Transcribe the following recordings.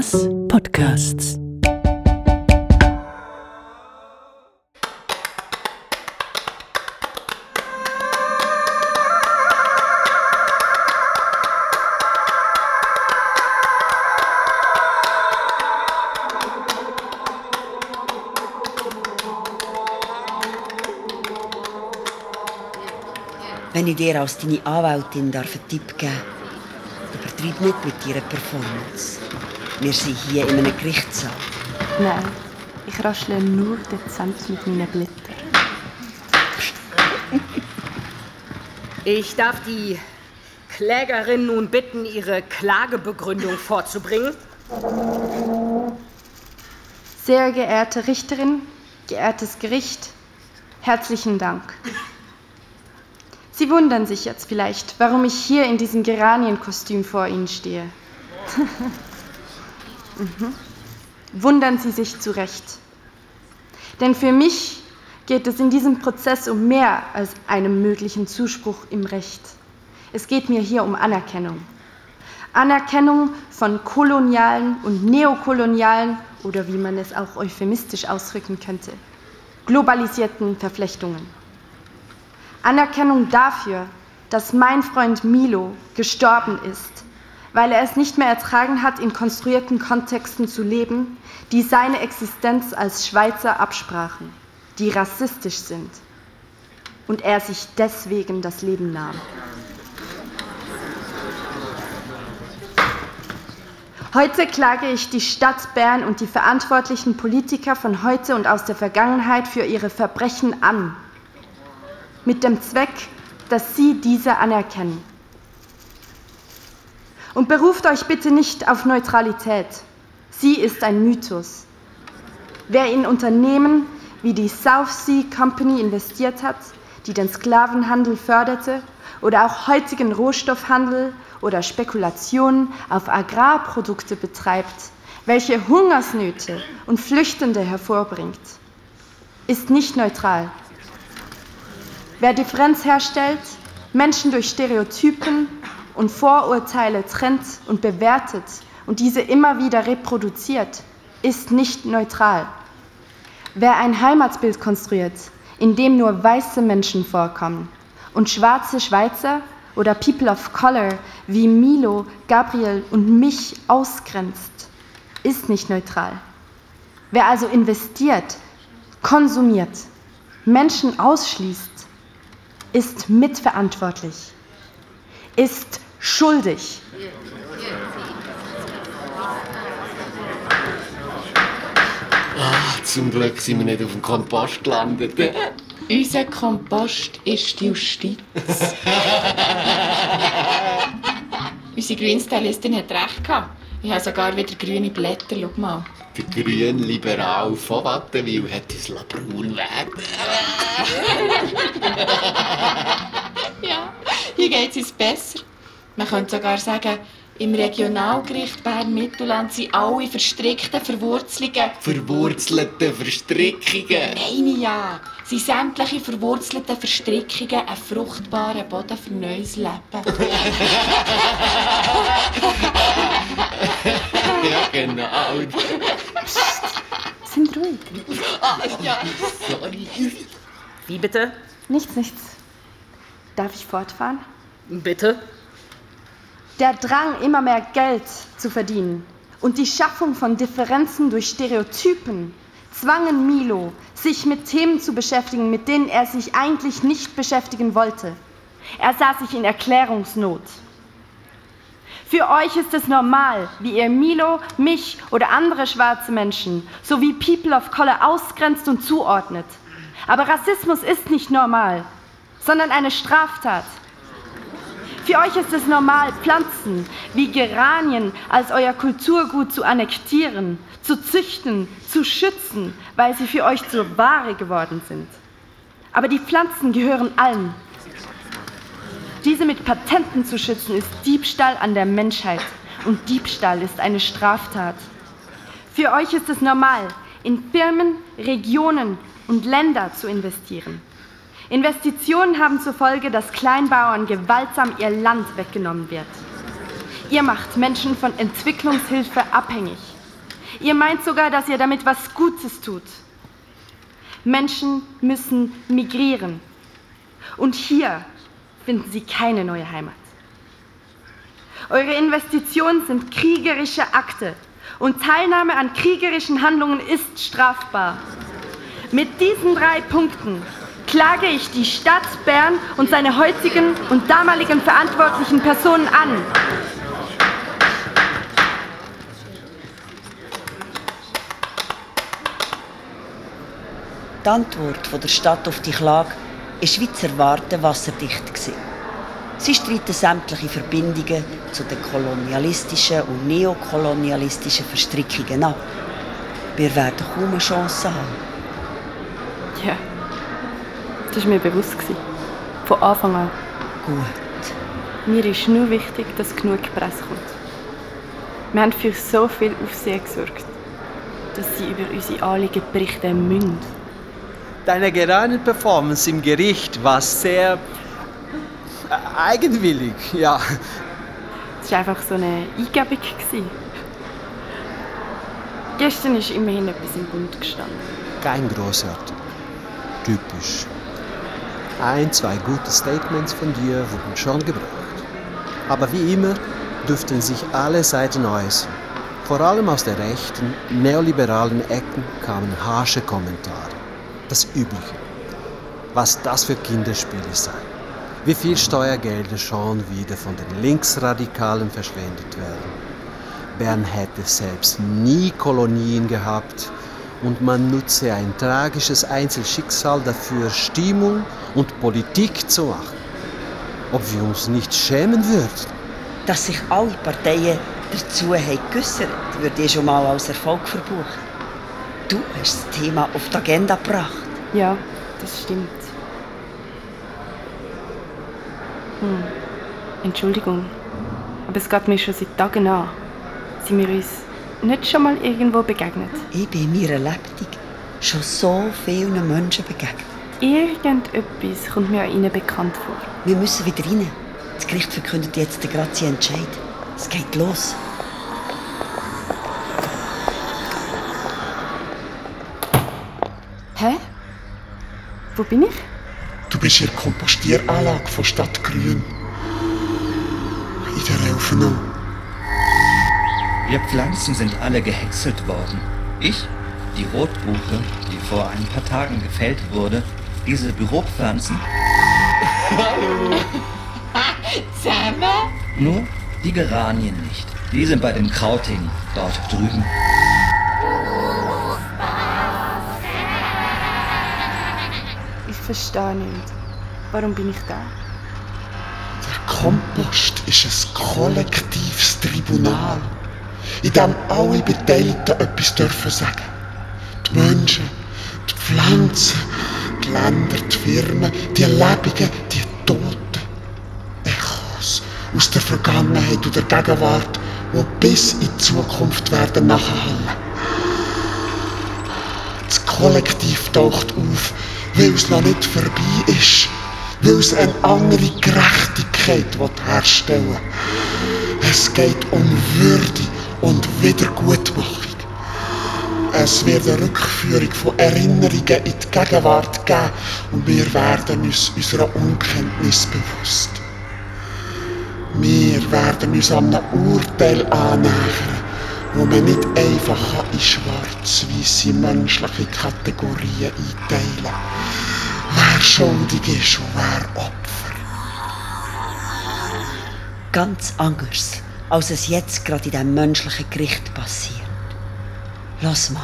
Mass Podcasts. Wenn ich dir als deine Anwältin einen Tipp geben darf, übertreib nicht mit deiner Performance. Wir sind hier in einem Gerichtssaal. Nein, ich raschle nur dezent mit meinen Blättern. Ich darf die Klägerin nun bitten, ihre Klagebegründung vorzubringen. Sehr geehrte Richterin, geehrtes Gericht, herzlichen Dank. Sie wundern sich jetzt vielleicht, warum ich hier in diesem Geranienkostüm vor Ihnen stehe. Wundern Sie sich zu Recht. Denn für mich geht es in diesem Prozess um mehr als einen möglichen Zuspruch im Recht. Es geht mir hier um Anerkennung. Anerkennung von kolonialen und neokolonialen, oder wie man es auch euphemistisch ausdrücken könnte, globalisierten Verflechtungen. Anerkennung dafür, dass mein Freund Milo gestorben ist, weil er es nicht mehr ertragen hat, in konstruierten Kontexten zu leben, die seine Existenz als Schweizer absprachen, die rassistisch sind, und er sich deswegen das Leben nahm. Heute klage ich die Stadt Bern und die verantwortlichen Politiker von heute und aus der Vergangenheit für ihre Verbrechen an, mit dem Zweck, dass sie diese anerkennen. Und beruft euch bitte nicht auf Neutralität. Sie ist ein Mythos. Wer in Unternehmen wie die South Sea Company investiert hat, die den Sklavenhandel förderte, oder auch heutigen Rohstoffhandel oder Spekulationen auf Agrarprodukte betreibt, welche Hungersnöte und Flüchtende hervorbringt, ist nicht neutral. Wer Differenz herstellt, Menschen durch Stereotypen und Vorurteile trennt und bewertet und diese immer wieder reproduziert, ist nicht neutral. Wer ein Heimatbild konstruiert, in dem nur weiße Menschen vorkommen und schwarze Schweizer oder People of Color wie Milo, Gabriel und mich ausgrenzt, ist nicht neutral. Wer also investiert, konsumiert, Menschen ausschließt, ist mitverantwortlich, ist schuldig. Zum Glück sind wir nicht auf dem Kompost gelandet. Unser Kompost ist die Justiz. Unsere Grünstylistin hat recht gehabt. Ich habe sogar wieder grüne Blätter, schau mal. Der grüne Liberal von Wattenwil hat uns braun werden. Ja, hier geht es uns besser. Man könnte sogar sagen, im Regionalgericht Bern-Mittelland sind alle verstrickten Verwurzelungen... Verwurzelte Verstrickungen? Nein, ja. Sind sämtliche verwurzelten Verstrickungen ein fruchtbarer Boden für neues Leben. Ja, genau. Psst, sind ruhig. Ja. Sorry. Wie bitte? Nichts. Darf ich fortfahren? Bitte? Der Drang, immer mehr Geld zu verdienen und die Schaffung von Differenzen durch Stereotypen zwangen Milo, sich mit Themen zu beschäftigen, mit denen er sich eigentlich nicht beschäftigen wollte. Er sah sich in Erklärungsnot. Für euch ist es normal, wie ihr Milo, mich oder andere schwarze Menschen sowie People of Color ausgrenzt und zuordnet. Aber Rassismus ist nicht normal, sondern eine Straftat. Für euch ist es normal, Pflanzen wie Geranien als euer Kulturgut zu annektieren, zu züchten, zu schützen, weil sie für euch zur Ware geworden sind. Aber die Pflanzen gehören allen. Diese mit Patenten zu schützen, ist Diebstahl an der Menschheit. Und Diebstahl ist eine Straftat. Für euch ist es normal, in Firmen, Regionen und Länder zu investieren. Investitionen haben zur Folge, dass Kleinbauern gewaltsam ihr Land weggenommen wird. Ihr macht Menschen von Entwicklungshilfe abhängig. Ihr meint sogar, dass ihr damit was Gutes tut. Menschen müssen migrieren. Und hier finden sie keine neue Heimat. Eure Investitionen sind kriegerische Akte und Teilnahme an kriegerischen Handlungen ist strafbar. Mit diesen 3 Punkten klage ich die Stadt Bern und seine heutigen und damaligen verantwortlichen Personen an. Die Antwort der Stadt auf die Klage war wie zu erwarten wasserdicht. Sie streiten sämtliche Verbindungen zu den kolonialistischen und neokolonialistischen Verstrickungen ab. Wir werden kaum eine Chance haben. Ja, das war mir bewusst. Von Anfang an. Gut. Mir ist nur wichtig, dass genug Presse kommt. Wir haben für so viel Aufsehen gesorgt, dass sie über unsere Anliegen berichten müssen. Deine gerade Performance im Gericht war sehr eigenwillig, ja. Es war einfach so eine Eingebung. Gestern ist immerhin etwas im Bund gestanden. Kein großartig. Typisch. 1, 2 gute Statements von dir wurden schon gebracht. Aber wie immer dürften sich alle Seiten äußern. Vor allem aus der rechten, neoliberalen Ecken kamen harsche Kommentare. Das Übliche. Was das für Kinderspiele seien. Wie viel Steuergelder schon wieder von den Linksradikalen verschwendet werden. Bern hätte selbst nie Kolonien gehabt und man nutze ein tragisches Einzelschicksal dafür, Stimmung und Politik zu machen. Ob wir uns nicht schämen würden? Dass sich alle Parteien dazu geäußert haben, würde ich schon mal als Erfolg verbuchen. Du hast das Thema auf die Agenda gebracht. Ja, das stimmt. Entschuldigung, aber es geht mir schon seit Tagen an. Sind wir uns nicht schon mal irgendwo begegnet? Ich bin in meiner Lebtung schon so vielen Menschen begegnet. Irgendetwas kommt mir an Ihnen bekannt vor. Wir müssen wieder rein. Das Gericht verkündet jetzt gerade seinen Entscheid. Es geht los. Hä? Wo bin ich? Du bist in der Kompostieranlage von Stadt Grün. In der Elfenau. Wir Pflanzen sind alle gehäckselt worden. Ich, die Rotbuche, die vor ein paar Tagen gefällt wurde, diese Büropflanzen. Hallo! Zusammen? Nur die Geranien nicht. Die sind bei den Krautigen dort drüben. Ich verstehe nicht. Warum bin ich da? Der Kompost ist ein kollektives Tribunal, in dem alle Beteiligten etwas dürfen sagen. Die Menschen, die Pflanzen, die Länder, die Firmen, die Lebenden, die Toten. Echos aus der Vergangenheit und der Gegenwart, die bis in die Zukunft werden nachhallen. Das Kollektiv taucht auf, weil es noch nicht vorbei ist, weil es eine andere Gerechtigkeit herstellen will. Es geht um Würde und Wiedergutmachung. Es wird eine Rückführung von Erinnerungen in die Gegenwart geben und wir werden uns unserer Unkenntnis bewusst. Wir werden uns an einem Urteil annähern, wo man nicht einfach in schwarz-weisse menschliche Kategorien einteilen kann. Wer schuldig ist und wer Opfer. Ganz anders, als es jetzt gerade in diesem menschlichen Gericht passiert. Lass mal.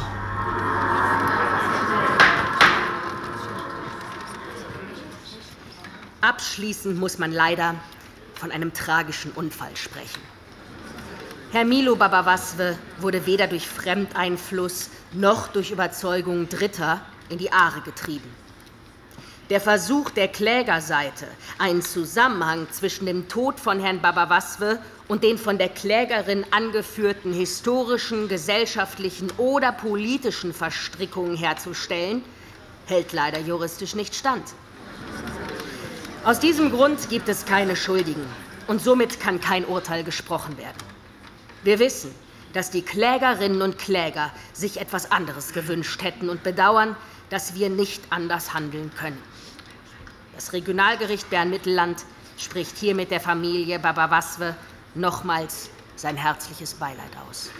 Abschließend muss man leider von einem tragischen Unfall sprechen. Herr Milo Babawaswe wurde weder durch Fremdeinfluss noch durch Überzeugung Dritter in die Aare getrieben. Der Versuch der Klägerseite, einen Zusammenhang zwischen dem Tod von Herrn Babawaswe und den von der Klägerin angeführten historischen, gesellschaftlichen oder politischen Verstrickungen herzustellen, hält leider juristisch nicht stand. Aus diesem Grund gibt es keine Schuldigen und somit kann kein Urteil gesprochen werden. Wir wissen, dass die Klägerinnen und Kläger sich etwas anderes gewünscht hätten und bedauern, dass wir nicht anders handeln können. Das Regionalgericht Bern-Mittelland spricht hiermit der Familie Baba Waswe nochmals sein herzliches Beileid aus.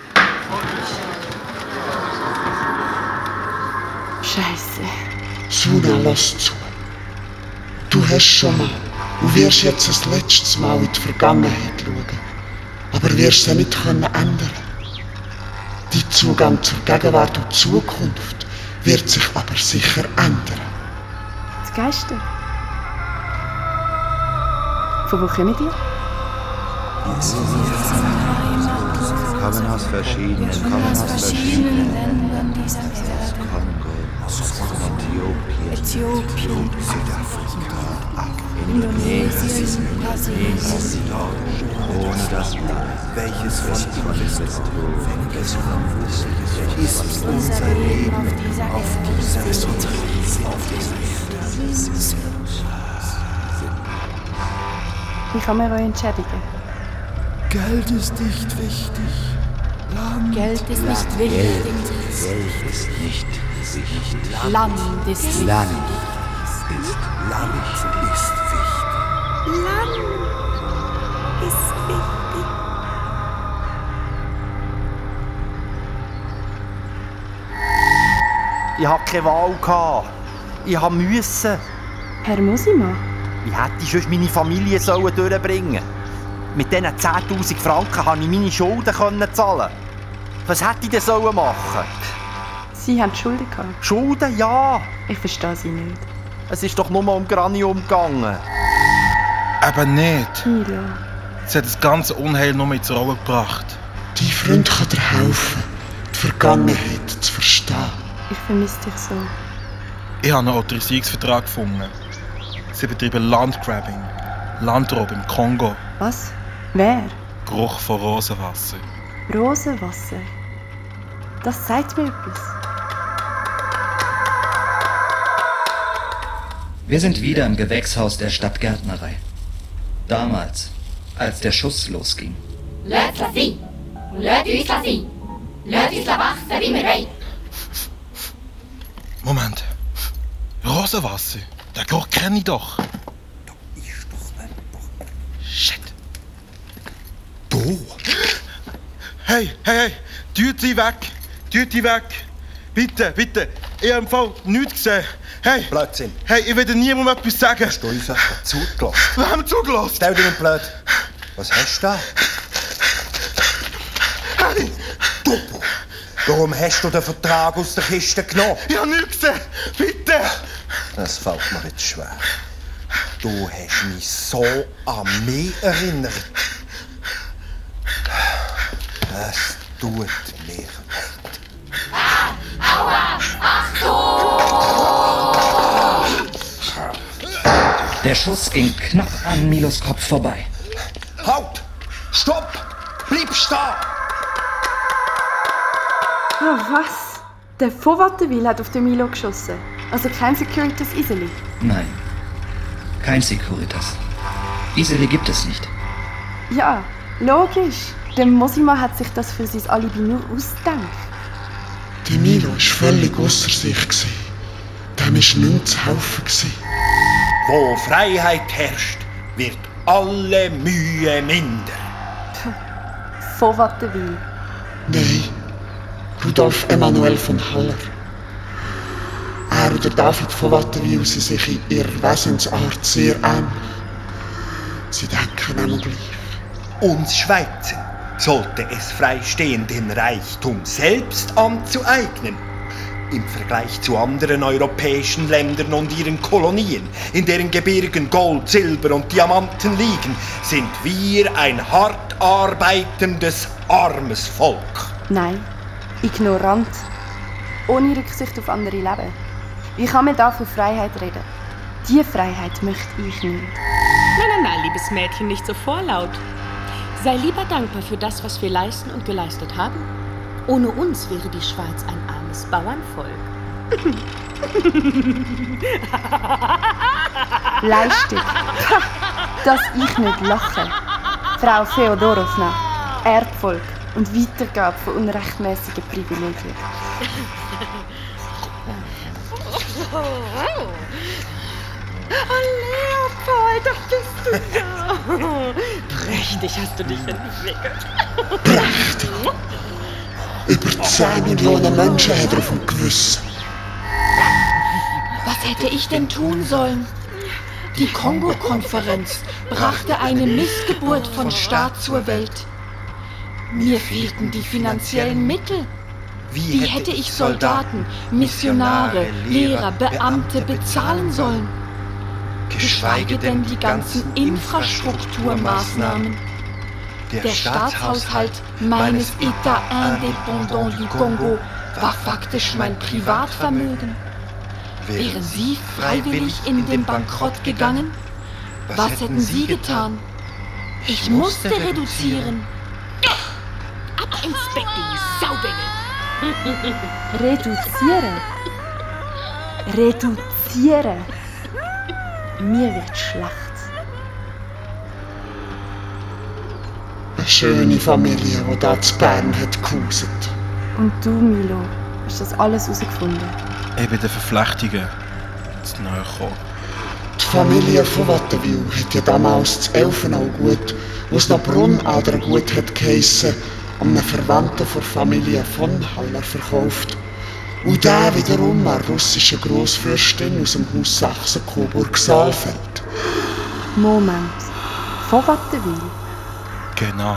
Scheiße. Suna, lass zu. Du hast schon mal und wirst jetzt das letztes Mal in die Vergangenheit schauen. Aber wirst sie nicht ändern können. Dein Zugang zur Gegenwart und Zukunft wird sich aber sicher ändern. Die Geister. Von wo kommen die? Kommen aus verschiedenen Ländern dieser Welt. Kongo, Äthiopien, Südafrika, Indonesien, Brasilien. Ohne das Land, welches von ihnen ist unser Leben auf dieser Erde. Wie kann man euch entschädigen? Geld ist nicht wichtig. Geld ist nicht wichtig. Geld ist nicht wichtig. Land ist wichtig. Land ist wichtig. Ich hatte keine Wahl. Ich musste. Herr Mosima? Wie hätte ich sonst meine Familie durchbringen sollen? Mit diesen 10'000 Franken konnte ich meine Schulden zahlen. Was hätte ich denn machen sollen? Sie haben Schulden gehabt. Schulden, ja. Ich verstehe Sie nicht. Es ist doch nur um Granium gegangen. Eben nicht. Milo. Sie hat das ganze Unheil nur ins Rollen gebracht. Dein Freund kann dir helfen, die Vergangenheit zu verstehen. Ich vermisse dich so. Ich habe einen Autorisierungsvertrag gefunden. Sie betreiben Landgrabbing, Landraub im Kongo. Was? Wer? Geruch von Rosenwasser. Rosenwasser. Das sagt mir etwas. Wir sind wieder im Gewächshaus der Stadtgärtnerei. Damals, als der Schuss losging. Lasst es sein! Und lasst uns sein! Lasst uns wachsen, wie wir wollen! Moment. Rosenwasser? Den Geruch kenne ich doch. Shit. Du? Hey! Tüte weg! Bitte! Ich habe im Fall nichts gesehen. Hey! Blödsinn. Hey, ich will dir niemandem etwas sagen. Hast du uns zugelassen? Wir haben zugelassen. Stell dir nicht blöd. Was hast du da? Hey! Topo! Warum hast du den Vertrag aus der Kiste genommen? Ich habe nichts gesehen. Bitte! Das fällt mir jetzt schwer. Du hast mich so an mich erinnert. Es tut mir leid. Aua! Der Schuss ging knapp an Milos Kopf vorbei. Halt! Stopp! Bleib stehen! Oh, was? Der von Wattenwil hat auf den Milo geschossen. Also kein Securitas Iseli. Nein, kein Securitas. Iseli gibt es nicht. Ja, logisch. Der Mosima hat sich das für sein Alibi nur ausgedacht. Der Milo war völlig ausser sich. Dem war nicht zu helfen. Wo Freiheit herrscht, wird alle Mühe minder. Von Wattenwil. Nein, Rudolf Emanuel von Haller. Er und der David von Wattenwil sind sich in ihrer Wesensart sehr ähnlich. Sie denken einmal gleich. Uns Schweizern sollte es freistehen, den Reichtum selbst anzueignen. Im Vergleich zu anderen europäischen Ländern und ihren Kolonien, in deren Gebirgen Gold, Silber und Diamanten liegen, sind wir ein hart arbeitendes, armes Volk. Nein, ignorant. Ohne Rücksicht auf andere Leben. Wie kann man da von Freiheit reden? Diese Freiheit möchte ich nicht. Nein, liebes Mädchen, nicht so vorlaut. Sei lieber dankbar für das, was wir leisten und geleistet haben. Ohne uns wäre die Schweiz ein armes Bauernvolk. Leistung. Dass ich nicht lache. Frau Feodorovna, Erbvolk und Weitergabe von unrechtmäßigen Privilegien. Leopold, da bist du ja. Prächtig hast du dich entwickelt. Prächtig. Über 10 Millionen Menschen hat er auf dem Gewissen. Was hätte ich denn tun sollen? Die Kongo-Konferenz brachte eine Missgeburt von Staat zur Welt. Mir fehlten die finanziellen Mittel. Wie hätte ich Soldaten, Missionare, Lehrer, Beamte bezahlen sollen? Geschweige denn die ganzen Infrastrukturmaßnahmen. Der Staatshaushalt meines État indépendant du Kongo war faktisch mein Privatvermögen. Wären Sie freiwillig in den Bankrott gegangen? Was hätten Sie getan? Ich musste reduzieren. Ab ins Bett, du Saubengel! Reduzieren? Reduzieren? Mir wird schlecht. Eine schöne Familie, die da zu Bern hat gehauset. Und du, Milo, hast das alles herausgefunden? Eben der Verflechtungen zu nahe kommen. Die Familie von Wattenwil hat ja damals das Elfenaugut, wo es noch Brunnadergut hat geheissen, an einen Verwandten der Familie von Haller verkauft. Und der wiederum eine russische Grossfürstin aus dem Haus Sachsen-Coburg-Saalfeld. Moment. Von Wattenwil? Genau.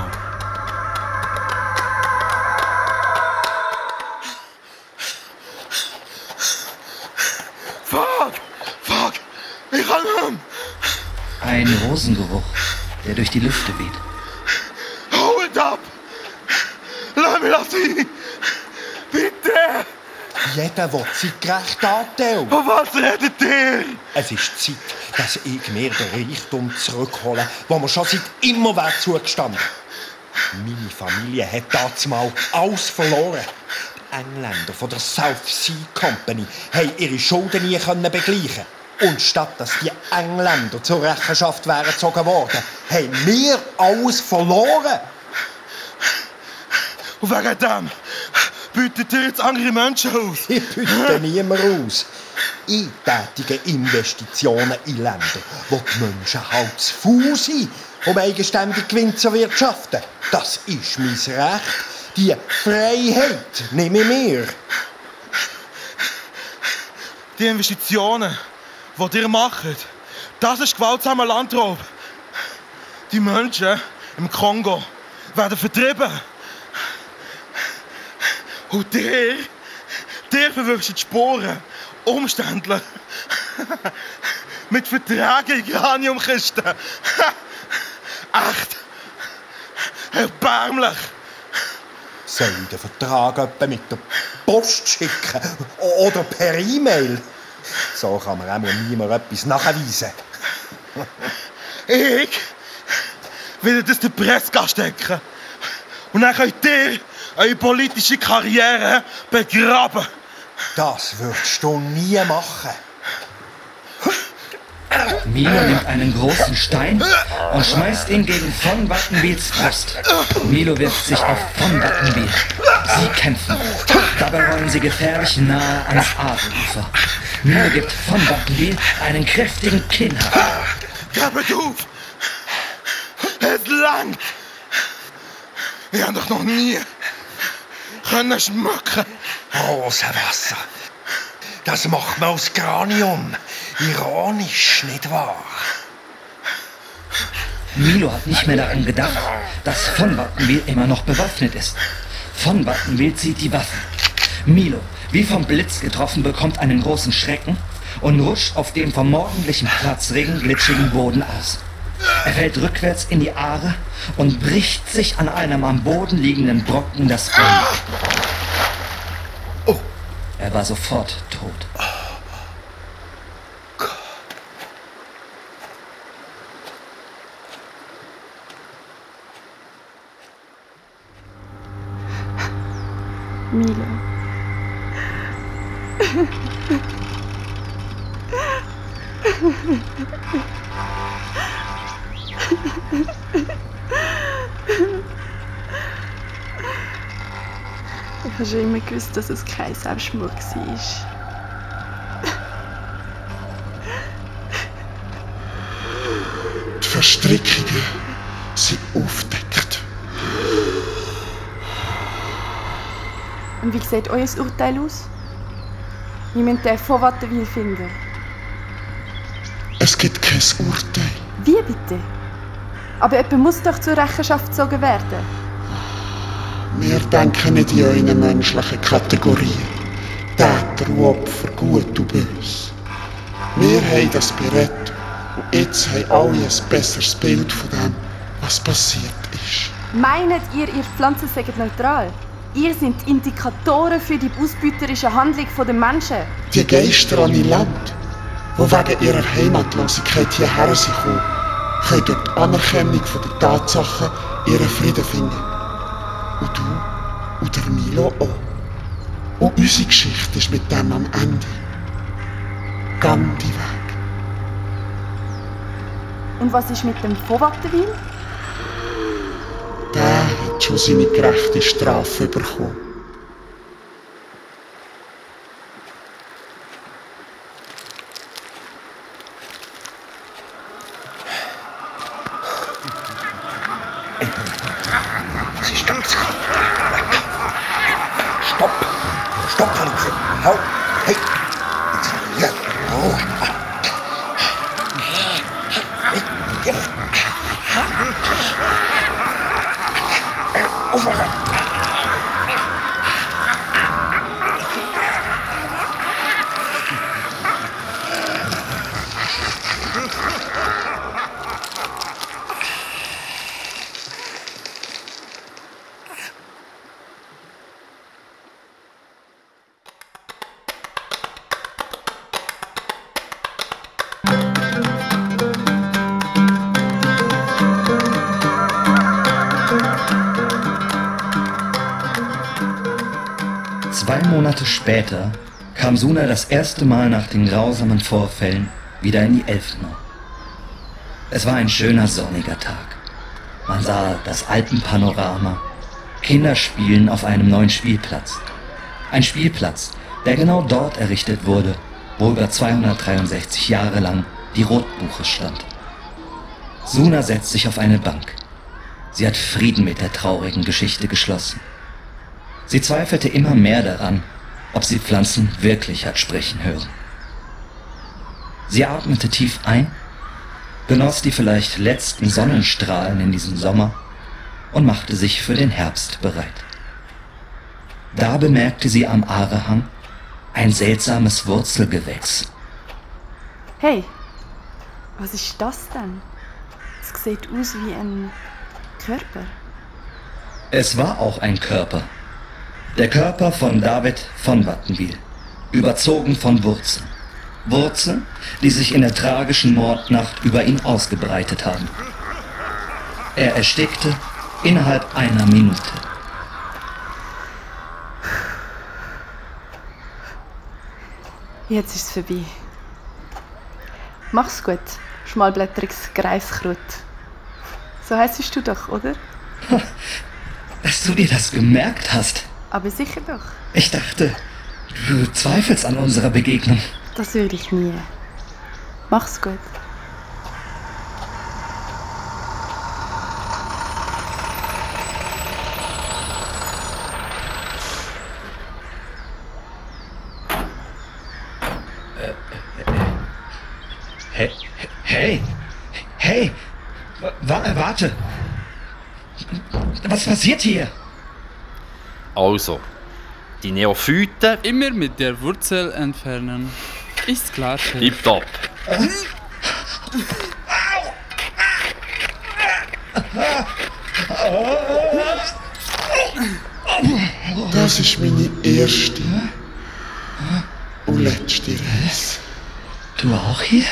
Fuck! Ich kann nicht mehr! Ein Rosengeruch, der durch die Lüfte weht. Hold up! Lass mich sein! Bitte! Jeder will sein gerecht Anteil. Von was redet ihr? Es ist Zeit, dass ich mir den Reichtum zurückhole, wo mir schon seit immer wäre zugestanden. Meine Familie hat damals alles verloren. Die Engländer von der South Sea Company haben ihre Schulden nie begleichen. Und statt dass die Engländer zur Rechenschaft wären gezogen worden, haben wir alles verloren. Und wegen dem bietet ihr jetzt andere Menschen aus? Ich biete niemand aus. Ich tätige Investitionen in Länder, wo die Menschen halt zu faul sind, um eigenständig Gewinn zu wirtschaften. Das ist mein Recht. Die Freiheit nehme ich mir. Die Investitionen, die ihr macht, das ist gewaltsamer Landraub. Die Menschen im Kongo werden vertrieben. Und der verwirft die Sporen. Umständlich. Mit Verträgen in Uraniumkisten. Echt. Erbärmlich. Soll ich den Vertrag etwa mit der Post schicken? Oder per E-Mail? So kann man auch niemand etwas nachweisen. Ich will das der Presse stecken. Und dann könnt ihr eure politische Karriere begraben. Das würdest du nie machen. Milo nimmt einen großen Stein und schmeißt ihn gegen von Wattenwils Brust. Milo wirft sich auf von Wattenwil. Sie kämpfen. Dabei rollen sie gefährlich nahe ans Adelufer. Milo gibt von Wattenwil einen kräftigen Kinnhaken. Gebt auf! Es langt! Ich hab doch noch nie können schmecken. Rosenwasser. Das macht man aus Granium. Ironisch, nicht wahr? Milo hat nicht mehr daran gedacht, dass von Wattenwil immer noch bewaffnet ist. Von Wattenwil zieht die Waffe. Milo, wie vom Blitz getroffen, bekommt einen großen Schrecken und rutscht auf dem vom morgendlichen Platzregen glitschigen Boden aus. Er fällt rückwärts in die Aare und bricht sich an einem am Boden liegenden Brocken das Bein. Oh. Er war sofort tot. Milo. Hast du immer gewusst, dass es kein Selbstmord war? Die Verstrickungen sind aufgedeckt. Und wie sieht euer Urteil aus? Wir müssen den von Wattenwil finden. Es gibt kein Urteil. Wie bitte? Aber jemand muss doch zur Rechenschaft gezogen werden. Wir denken nicht in euren menschlichen Kategorien. Täter und Opfer, gut und böse. Wir haben das berät und jetzt haben alle ein besseres Bild von dem, was passiert ist. Meint ihr Pflanzen seid neutral? Ihr seid Indikatoren für die ausbeuterische Handlung der Menschen. Die Geister an ihr Land, die wegen ihrer Heimatlosigkeit hierher sind gekommen, können durch die Anerkennung der Tatsachen ihren Frieden finden. Und du und der Milo auch. Und unsere Geschichte ist mit dem am Ende. Gang die Weg. Und was ist mit dem von Wattenwil? Der hat schon seine gerechte Strafe bekommen. Was ist das? Stopp! Stopp, Hanneke! Hau! Hey! Ja! Oh. Aufwachen! Monate später kam Suna das erste Mal nach den grausamen Vorfällen wieder in die Elfenau. Es war ein schöner sonniger Tag. Man sah das Alpenpanorama, Kinder spielen auf einem neuen Spielplatz. Ein Spielplatz, der genau dort errichtet wurde, wo über 263 Jahre lang die Rotbuche stand. Suna setzt sich auf eine Bank. Sie hat Frieden mit der traurigen Geschichte geschlossen. Sie zweifelte immer mehr daran, ob sie Pflanzen wirklich hat sprechen hören. Sie atmete tief ein, genoss die vielleicht letzten Sonnenstrahlen in diesem Sommer und machte sich für den Herbst bereit. Da bemerkte sie am Aarehang ein seltsames Wurzelgewächs. Hey, was ist das denn? Es sieht aus wie ein Körper. Es war auch ein Körper. Der Körper von David von Wattenwil, überzogen von Wurzeln. Wurzeln, die sich in der tragischen Mordnacht über ihn ausgebreitet haben. Er erstickte innerhalb einer Minute. Jetzt ist es vorbei. Mach's gut, schmalblättriges Greifkraut. So heisst du doch, oder? Dass du dir das gemerkt hast. Aber sicher doch. Ich dachte, du zweifelst an unserer Begegnung. Das würde ich nie. Mach's gut. Hey, warte. Was passiert hier? Also, die Neophyten... Immer mit der Wurzel entfernen. Ist klar, Chef. Tipptopp. Das ist meine erste und letzte Reise. Du auch hier?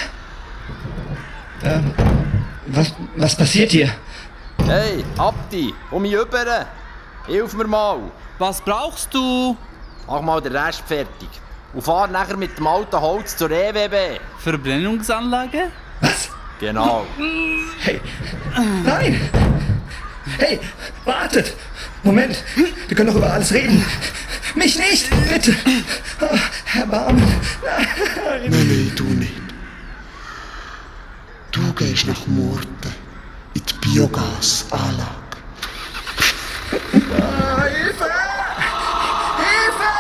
Was passiert hier? Hey, Abdi, komm hier rüber. Hilf mir mal. Was brauchst du? Mach mal den Rest fertig. Und fahr nachher mit dem alten Holz zur EWB. Verbrennungsanlage? Was? Genau. Hey, nein! Hey, wartet! Moment, wir können doch über alles reden. Mich nicht! Bitte! Erbarmen! Nein, du nicht. Du gehst nach Murten in die Biogasanlage. Hilfe! Hilfe!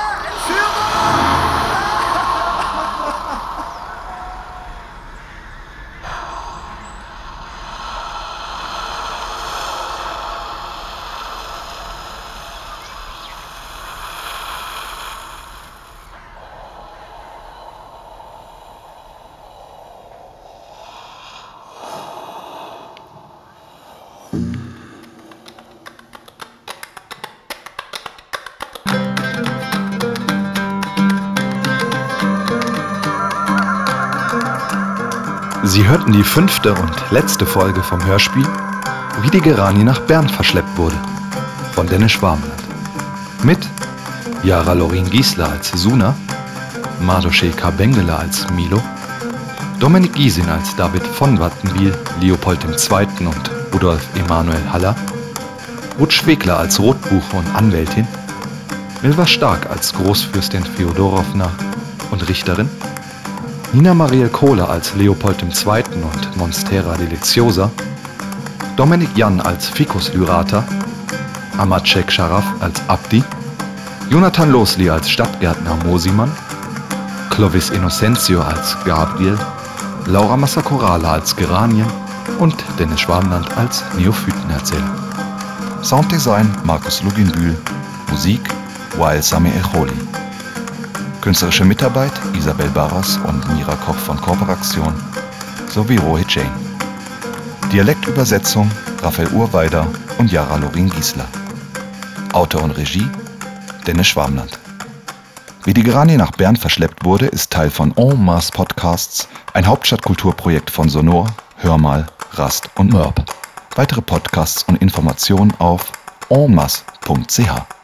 Sie hörten die 5. und letzte Folge vom Hörspiel Wie die Guarani nach Bern verschleppt wurde von Dennis Schwarmland. Mit Yara Lorin Giesler als Suna, Mardoché Kabengele als Milo, Dominik Giesin als David von Wattenwyl, Leopold II. Und Rudolf Emanuel Haller, Ruth Schwegler als Rotbuche und Anwältin, Milva Stark als Großfürstin Feodorowna und Richterin, Nina Mariel Kohler als Leopold II. Und Monstera Deliziosa, Dominik Jan als Ficus Lyrata, Amatschek Scharaf als Abdi, Jonathan Losli als Stadtgärtner Mosimann, Clovis Innocentio als Gabriel, Laura Massakorala als Geranien und Dennis Schwarmland als Neophytenerzähler. Sounddesign Markus Luginbühl, Musik Wael Sami Echoli. Künstlerische Mitarbeit Isabel Barras und Mira Koch von Corporation sowie Rohit Jain. Dialektübersetzung Raphael Urweider und Yara Lorin Giesler. Autor und Regie Dennis Schwarmland. Wie die Guarani nach Bern verschleppt wurde, ist Teil von En Masse Podcasts, ein Hauptstadtkulturprojekt von Sonor, Hörmal, Rast und Mörb. Weitere Podcasts und Informationen auf enmasse.ch.